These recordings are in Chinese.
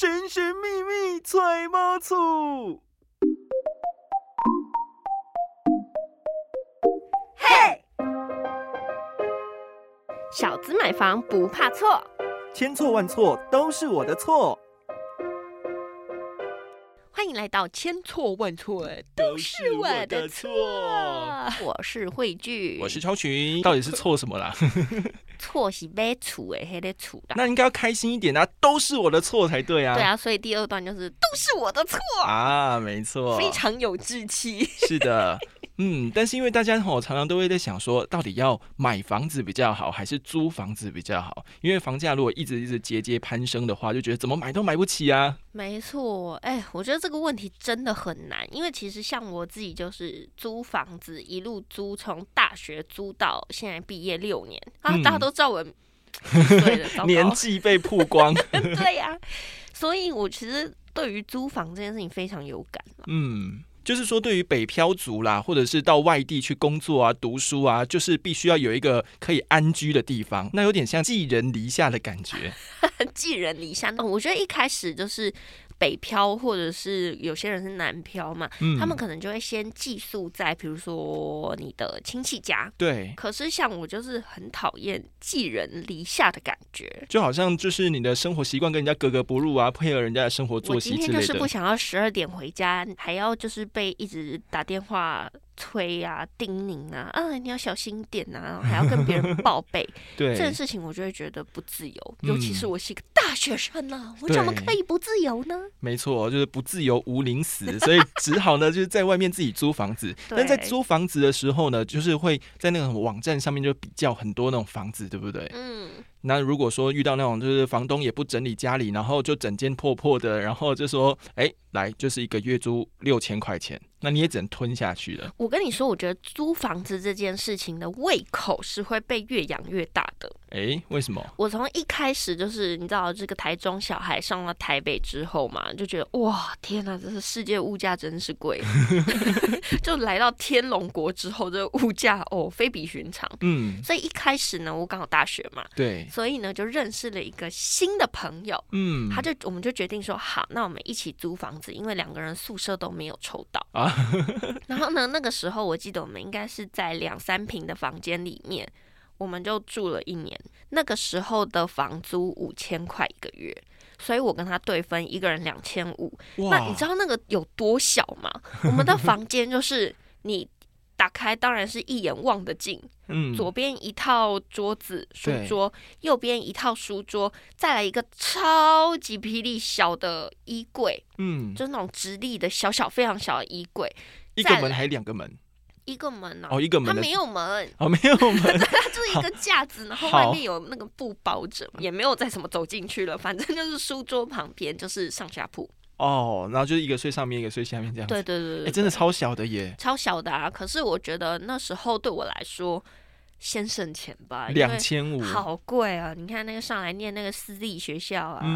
神神秘秘揣猫醋。 嘿，小资买房不怕错， 千错万错都是我的错。 欢迎来到千错万错都是我的错。我是慧聚， 我是超群，到底是错什么啦？ 错是买厝的那个厝啦。 那应该要开心一点啊，都是我的错才对啊。 对啊，所以第二段就是都是我的错啊，没错， 非常有志气。 是的。但是因为大家常常都会在想说，到底要买房子比较好，还是租房子比较好？因为房价如果一直节节攀升的话，就觉得怎么买都买不起啊。 没错，我觉得这个问题真的很难，因为其实像我自己就是租房子，一路租，从大学租到现在毕业6年啊，大家都知道我几岁了， 年纪被曝光。 对呀，所以我其实对于租房这件事情非常有感。 就是说，对于北漂族啦，或者是到外地去工作啊、读书啊，就是必须要有一个可以安居的地方，那有点像寄人篱下的感觉。 寄人篱下，我觉得一开始就是北漂，或者是有些人是南漂嘛，他们可能就会先寄宿在比如说你的亲戚家。 对。 可是像我就是很讨厌寄人篱下的感觉， 就好像就是你的生活习惯跟人家格格不入啊，配合人家的生活作息之类的。 我今天就是不想要12点回家，还要就是被一直打电话催啊、叮咛啊，你要小心一点啊，还要跟别人报备。 对， 这件事情我就会觉得不自由，尤其是我是一个大学生啊，我怎么可以不自由呢？ 没错，就是不自由无宁死，所以只好呢就是在外面自己租房子。但在租房子的时候呢，就是会在那个网站上面就比较很多那种房子，对不对？那如果说遇到那种就是房东也不整理家里，然后就整间破破的，然后就说来就是一个月租6000块钱，那你也只能吞下去了。 我跟你说，我觉得租房子这件事情的胃口是会被越养越大的。 为什么？ 我从一开始就是你知道这个台中小孩上到台北之后嘛，就觉得哇天哪，这是世界物价真是贵。就来到天龙国之后，这个物价非比寻常。所以一开始呢，我刚好大学嘛， 对， 所以呢就认识了一个新的朋友。我们就决定说好，那我们一起租房子，因为2个人宿舍都没有抽到啊。然后呢，那个时候我记得我们应该是在2-3坪的房间里面，我们就住了1年。那个时候的房租5000块1个月，所以我跟他对分，一个人2500。那你知道那个有多小吗？我们的房间就是你打开当然是一眼望得尽，左边一套桌子书桌，右边一套书桌，再来一个超级霹雳小的衣柜，就是那种直立的小小非常小的衣柜。 一个门还2个门？ 一个门一个门， 它没有门没有门， 它就是一个架子，然后外面有那个布包着，也没有再什么走进去了，反正就是书桌旁边就是上下铺。 然后就是一个睡上面，一个睡下面这样子。 对， 真的超小的耶， 超小的啊！可是我觉得那时候对我来说，先省钱吧 ，2500 好贵啊！你看那个上来念那个私立学校啊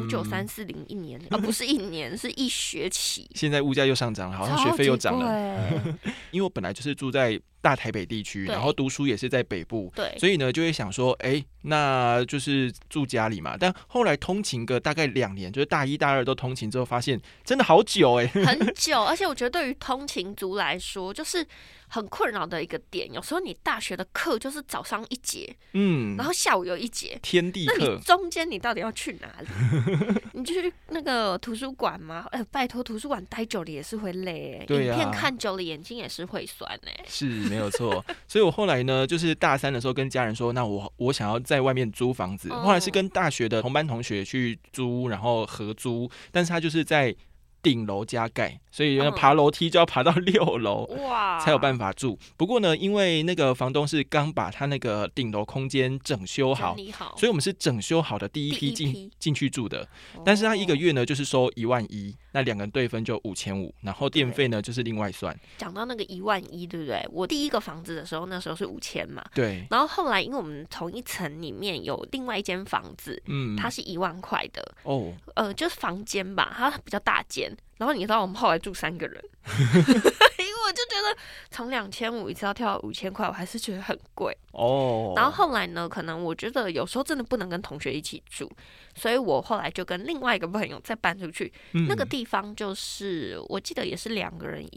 ，59340一年不是1年，是1学期。 现在物价又上涨了，好像学费又涨了。因为我本来就是住在大台北地区，然后读书也是在北部， 对， 所以呢就会想说，那就是住家里嘛。但后来通勤个大概2年，就是大1、大2都通勤之后，发现真的好久很久。而且我觉得对于通勤族来说，就是很困扰的一个点。有时候你大学的课就是早上1节，然后下午有1节天地课， 那你中间你到底要去哪里？你去那个图书馆吗？拜托，图书馆待久了也是会累， 对啊， 影片看久了眼睛也是会酸是没有错。所以我后来呢，就是大3的时候跟家人说，那我想要在外面租房子。后来是跟大学的同班同学去租，然后合租，但是他就是在顶楼加盖，所以爬楼梯就要爬到6楼才有办法住。不过呢，因为那个房东是刚把他那个顶楼空间整修好，所以我们是整修好的第一批进去住的。但是他1个月呢就是收11000，那2个人对分就5500，然后电费呢就是另外算。 讲到那个11000，对不对？我第一个房子的时候，那时候是5000嘛， 对。 然后后来因为我们同一层里面有另外一间房子，它是10000块的就是房间吧，它比较大间。然后你知道我们后来住3个人，因为我我就觉得从2500一次要跳到5000块，我还是觉得很贵哦。 然后后来呢，可能我觉得有时候真的不能跟同学一起住，所以我后来就跟另外一个朋友再搬出去。那个地方就是我记得也是2个人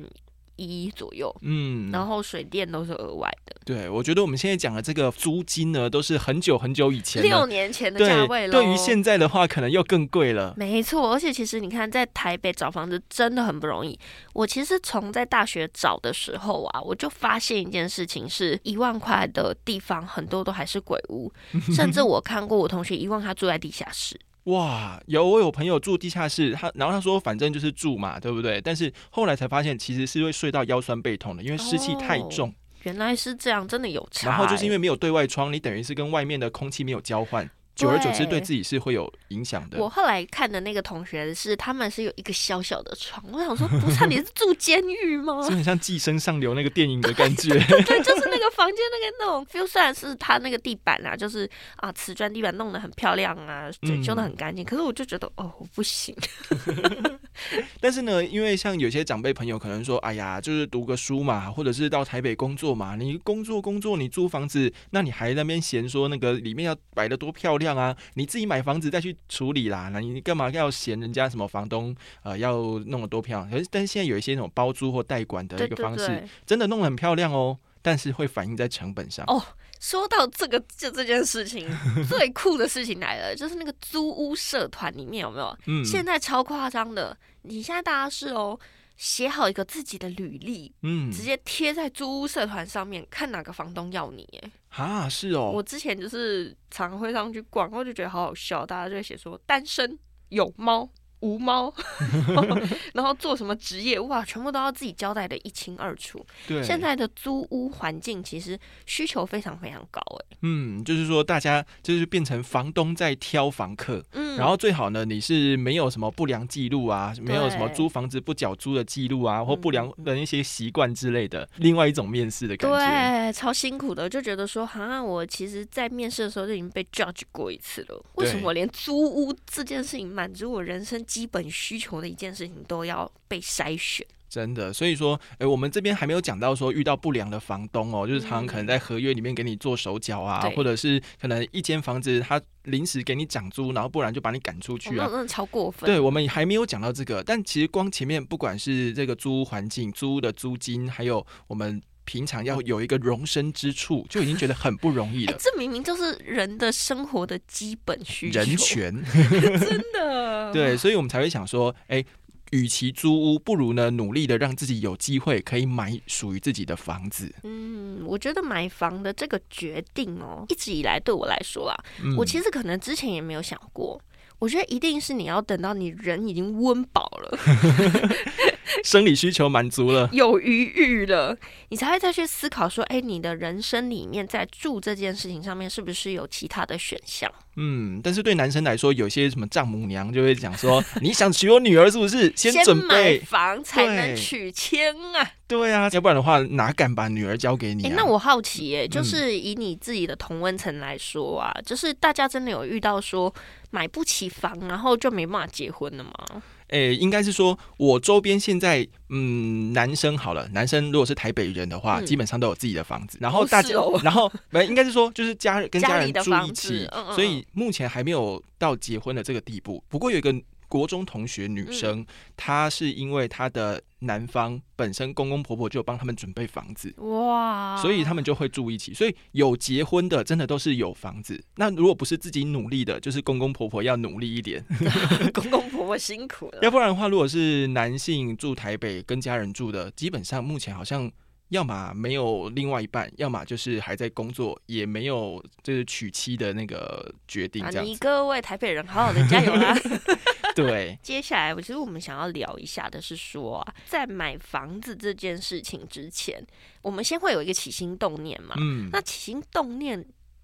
11000左右，然后水电都是额外的。 对，我觉得我们现在讲的这个租金呢，都是很久很久以前 6年前的价位了。 对于现在的话，可能又更贵了。 没错，而且其实你看，在台北找房子真的很不容易。我其实从在大学找的时候啊，我就发现一件事情是，1万块的地方很多都还是鬼屋，甚至我看过我同学1万他住在地下室。 哇，我有朋友住地下室，然后他说反正就是住嘛，对不对？但是后来才发现，其实是会睡到腰酸背痛的，因为湿气太重。 原来是这样，真的有差。 然后就是因为没有对外窗，你等于是跟外面的空气没有交换。久而久之对自己是会有影响的。 我后来看的那个同学是，他们是有一个小小的床，我想说，不是你是住监狱吗？ 是很像《寄生上流》那个电影的感觉。 对，就是那个房间那种 feel， 虽然是他那个地板啊，就是瓷砖地板弄得很漂亮啊，整修得很干净，可是我就觉得我不行。 但是呢，因为像有些长辈朋友可能说，哎呀，就是读个书嘛，或者是到台北工作嘛，你工作，你租房子，那你还在那边嫌说那个里面要摆得多漂亮啊？你自己买房子再去处理啦，那你干嘛要嫌人家什么房东要弄得多漂亮？但是现在有一些那种包租或代管的一个方式，对，真的弄得很漂亮哦，但是会反映在成本上。 说到这件事情，最酷的事情来了，就是那个租屋社团里面有没有？现在超夸张的，你现在大家是写好一个自己的履历，直接贴在租屋社团上面，看哪个房东要你。 是哦。 我之前就是常会上去逛，我就觉得好好笑，大家就会写说单身、有猫、无猫，然后做什么职业，哇，全部都要自己交代的一清二楚。对，现在的租屋环境其实需求非常非常高。 就是说大家就是变成房东在挑房客，然后最好呢，你是没有什么不良记录啊，没有什么租房子不缴租的记录啊，或不良的一些习惯之类的，另外一种面试的感觉。 对，超辛苦的，就觉得说，我其实在面试的时候就已经被 judge 过一次了，为什么我连租屋这件事情满足我人生基本需求的一件事情都要被筛选？ 真的，所以说，我们这边还没有讲到说遇到不良的房东就是常常可能在合约里面给你做手脚啊，或者是可能一间房子他临时给你涨租，然后不然就把你赶出去啊， 真的超过分。 对，我们还没有讲到这个，但其实光前面不管是这个租屋环境、租屋的租金，还有我们平常要有一个容身之处，就已经觉得很不容易了。 这明明就是人的生活的基本需求， 人权， 真的。 对，所以我们才会想说，与其租屋，不如呢努力的让自己有机会可以买属于自己的房子。 我觉得买房的这个决定一直以来对我来说我其实可能之前也没有想过。我觉得一定是你要等到你人已经温饱了， 生理需求满足了， 有余裕了，你才会再去思考说，你的人生里面在住这件事情上面是不是有其他的选项？ 但是对男生来说，有些什么丈母娘就会讲说，你想娶我女儿是不是？先准备买房才能娶亲啊。 对啊，要不然的话哪敢把女儿交给你那我好奇就是以你自己的同温层来说就是大家真的有遇到说买不起房然后就没办法结婚了吗？ 应该是说我周边现在男生好了，男生如果是台北人的话，基本上都有自己的房子，然后大家然后应该是说就是跟家人住一起，所以目前还没有到结婚的这个地步。不过有一个国中同学女生，她是因为她的男方本身公公婆婆就帮他们准备房子，哇，所以他们就会住一起。所以有结婚的真的都是有房子，那如果不是自己努力的，就是公公婆婆要努力一点。 公公婆婆辛苦了。 要不然的话，如果是男性住台北跟家人住的，基本上目前好像要么没有另外一半，要么就是还在工作，也没有就是娶妻的那个决定这样子。 你各位台北人好好的加油啦。 对， 接下来其实我们想要聊一下的是说在买房子这件事情之前，我们先会有一个起心动念嘛。那起心动念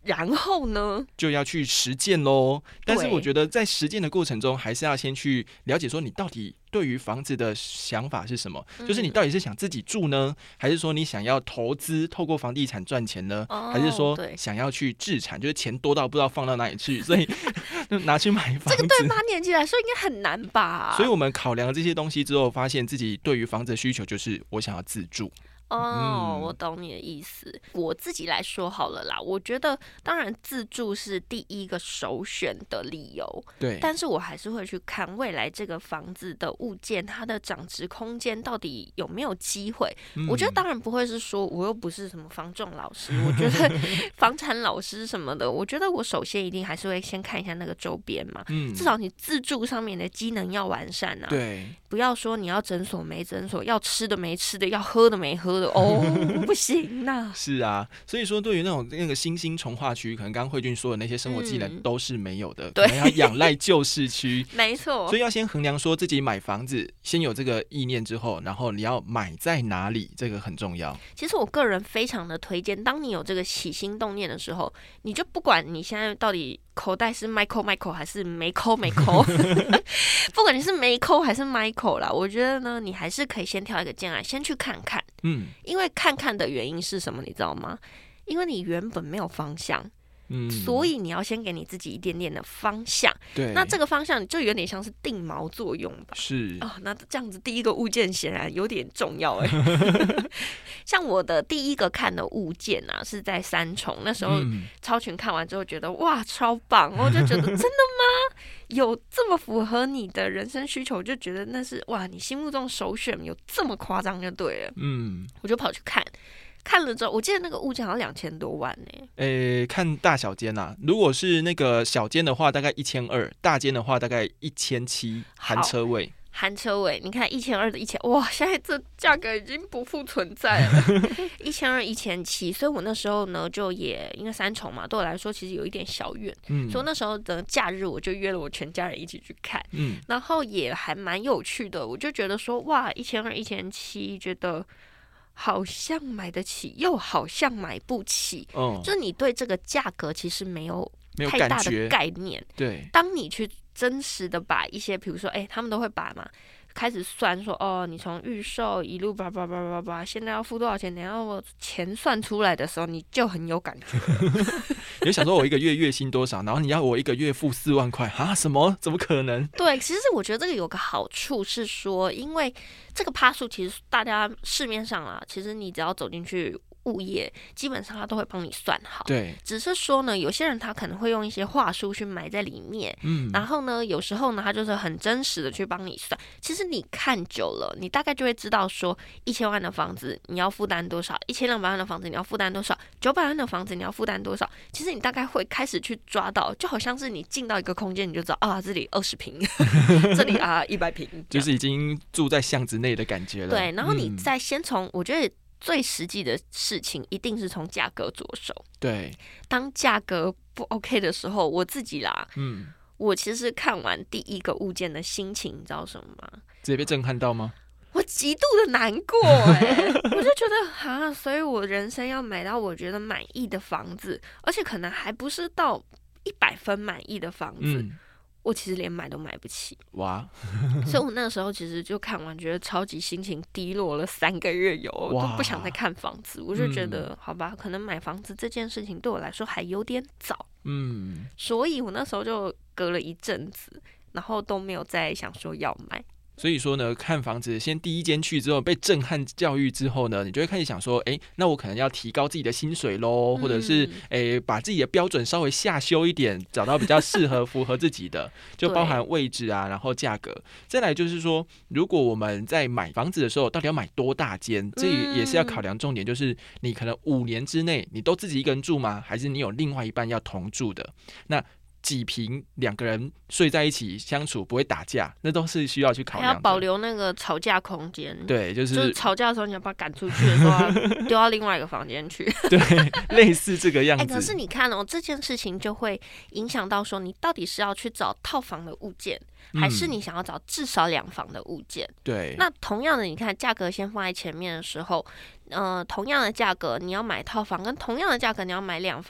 然后呢， 就要去实践咯。但是我觉得在实践的过程中，还是要先去了解说你到底对于房子的想法是什么，就是你到底是想自己住呢，还是说你想要投资透过房地产赚钱呢，还是说想要去置产，就是钱多到不知道放到哪里去，所以拿去买房子。 这个对8年级来说应该很难吧？ 所以我们考量了这些东西之后，发现自己对于房子的需求就是我想要自住。 我懂你的意思。我自己来说好了啦，我觉得当然自住是第一个首选的理由， 对， 但是我还是会去看未来这个房子的物件它的涨值空间到底有没有机会。我觉得当然不会是说我又不是什么房仲老师，我觉得房产老师什么的，我觉得我首先一定还是会先看一下那个周边嘛，至少你自住上面的机能要完善啊， 对， 不要说你要诊所没诊所，要吃的没吃的，要喝的没喝的不行啊。 是啊，所以说对于那个新兴重划区，可能刚刚慧君说的那些生活技能都是没有的，可能要仰赖旧市区。 没错， 所以要先衡量说自己买房子，先有这个意念之后，然后你要买在哪里，这个很重要。 其实我个人非常的推荐，当你有这个起心动念的时候，你就不管你现在到底口袋是Michael还是没抠，不管你是没抠还是 Michael 啦，我觉得呢，你还是可以先挑一个建案，先去看看。因为看看的原因是什么，你知道吗？因为你原本没有方向。所以你要先给你自己一点点的方向， 对， 那这个方向就有点像是定锚作用吧。 是那这样子第一个物件显然有点重要像我的第一个看的物件啊，是在三重，那时候超群看完之后觉得哇超棒，我就觉得真的吗？有这么符合你的人生需求，就觉得那是哇你心目中首选，有这么夸张就对了。我就跑去看了之后，我记得那个物件好像2000多万呢。 看大小间啊，如果是那个小间的话，大概1200；大间的话，大概1700，含车位。 含车位，你看1200的1000，哇！现在这价格已经不复存在了，1200、1700，所以我那时候呢，就也因为三重嘛，对我来说其实有一点小远，所以那时候的假日我就约了我全家人一起去看，然后也还蛮有趣的，我就觉得说，哇，1200、1700，觉得好像买得起，又好像买不起，就是你对这个价格其实没有太大的概念， 对， 当你去真实的把一些，比如说，他们都会把嘛，开始算说，你从预售一路叭叭叭叭叭，现在要付多少钱？等一下我钱算出来的时候，你就很有感觉。 你就想说，我一个月月薪多少，然后你要我一个月付4万块啊？什么？怎么可能？ 对，其实我觉得这个有个好处是说，因为这个趴数其实大家市面上啊，其实你只要走进去物业，基本上他都会帮你算好。 对， 只是说呢，有些人他可能会用一些话术去埋在里面，然后呢，有时候呢，他就是很真实的去帮你算。其实你看久了，你大概就会知道说，1000万的房子你要负担多少，1200万的房子你要负担多少，900万的房子你要负担多少。其实你大概会开始去抓到，就好像是你进到一个空间，你就知道啊，这里20坪，这里啊100坪， 就是已经住在巷子内的感觉了。 对，然后你再先从，我觉得最实际的事情一定是从价格着手。 对， 当价格不 OK 的时候，我自己啦，我其实看完第一个物件的心情，你知道什么吗？ 直接被震撼到吗？ 我极度的难过我就觉得所以我人生要买到我觉得满意的房子，而且可能还不是到100分满意的房子。我其实连买都买不起，哇！所以我那个时候其实就看完，觉得超级心情低落了3个月有，都不想再看房子。我就觉得，好吧，可能买房子这件事情对我来说还有点早，所以我那时候就隔了一阵子，然后都没有再想说要买。 所以说呢，看房子先第一间去之后被震撼教育之后呢，你就会开始想说，那我可能要提高自己的薪水咯，或者是把自己的标准稍微下修一点，找到比较适合符合自己的，就包含位置啊，然后价格。再来就是说，如果我们在买房子的时候，到底要买多大间，这也是要考量重点，就是你可能5年之内你都自己一个人住吗？还是你有另外一半要同住的？那几坪2个人睡在一起相处不会打架，那都是需要去考量的， 还要保留那个吵架空间。 对，就是吵架的时候你要把他赶出去的时候丢到另外一个房间去。 对，类似这个样子。 可是你看这件事情就会影响到说，你到底是要去找套房的物件，还是你想要找至少2房的物件？ 对。 那同样的，你看价格先放在前面的时候，同样的价格你要买套房，跟同样的价格你要买2房。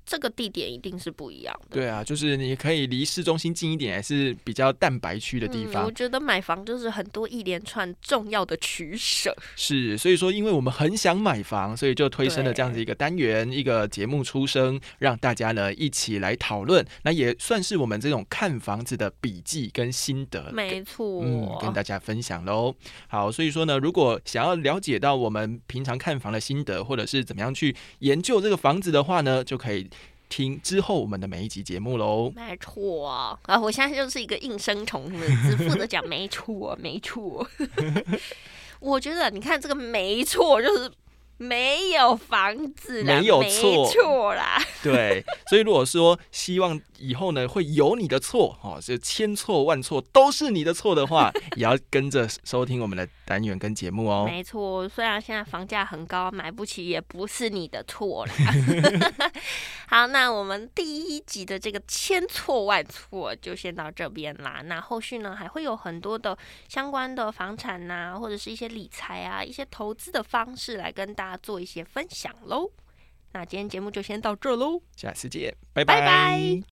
这个地点一定是不一样的。 对啊，就是你可以离市中心近一点，还是比较蛋白区的地方。 我觉得买房就是很多一连串重要的取舍。 是，所以说因为我们很想买房，所以就推升了这样子一个单元，一个节目出生，让大家呢一起来讨论。那也算是我们这种看房子的笔记跟心得， 没错， 跟大家分享咯。好，所以说呢，如果想要了解到我们平常看房的心得，或者是怎么样去研究这个房子的话呢，就可以听之后我们的每一集节目咯。 没错啊，我现在就是一个应声虫，只负责讲没错没错。我觉得你看这个没错，就是没有房子啦， 没有错， 没错啦。 对，所以如果说希望以后呢会有你的错，就千错万错都是你的错的话，也要跟着收听我们的单元跟节目哦。 没错，虽然现在房价很高，买不起也不是你的错啦。好，那我们第一集的这个千错万错就先到这边啦。那后续呢还会有很多的相关的房产啊，或者是一些理财啊，一些投资的方式来跟大家做一些分享咯。那今天节目就先到这咯， 下次见，拜拜拜。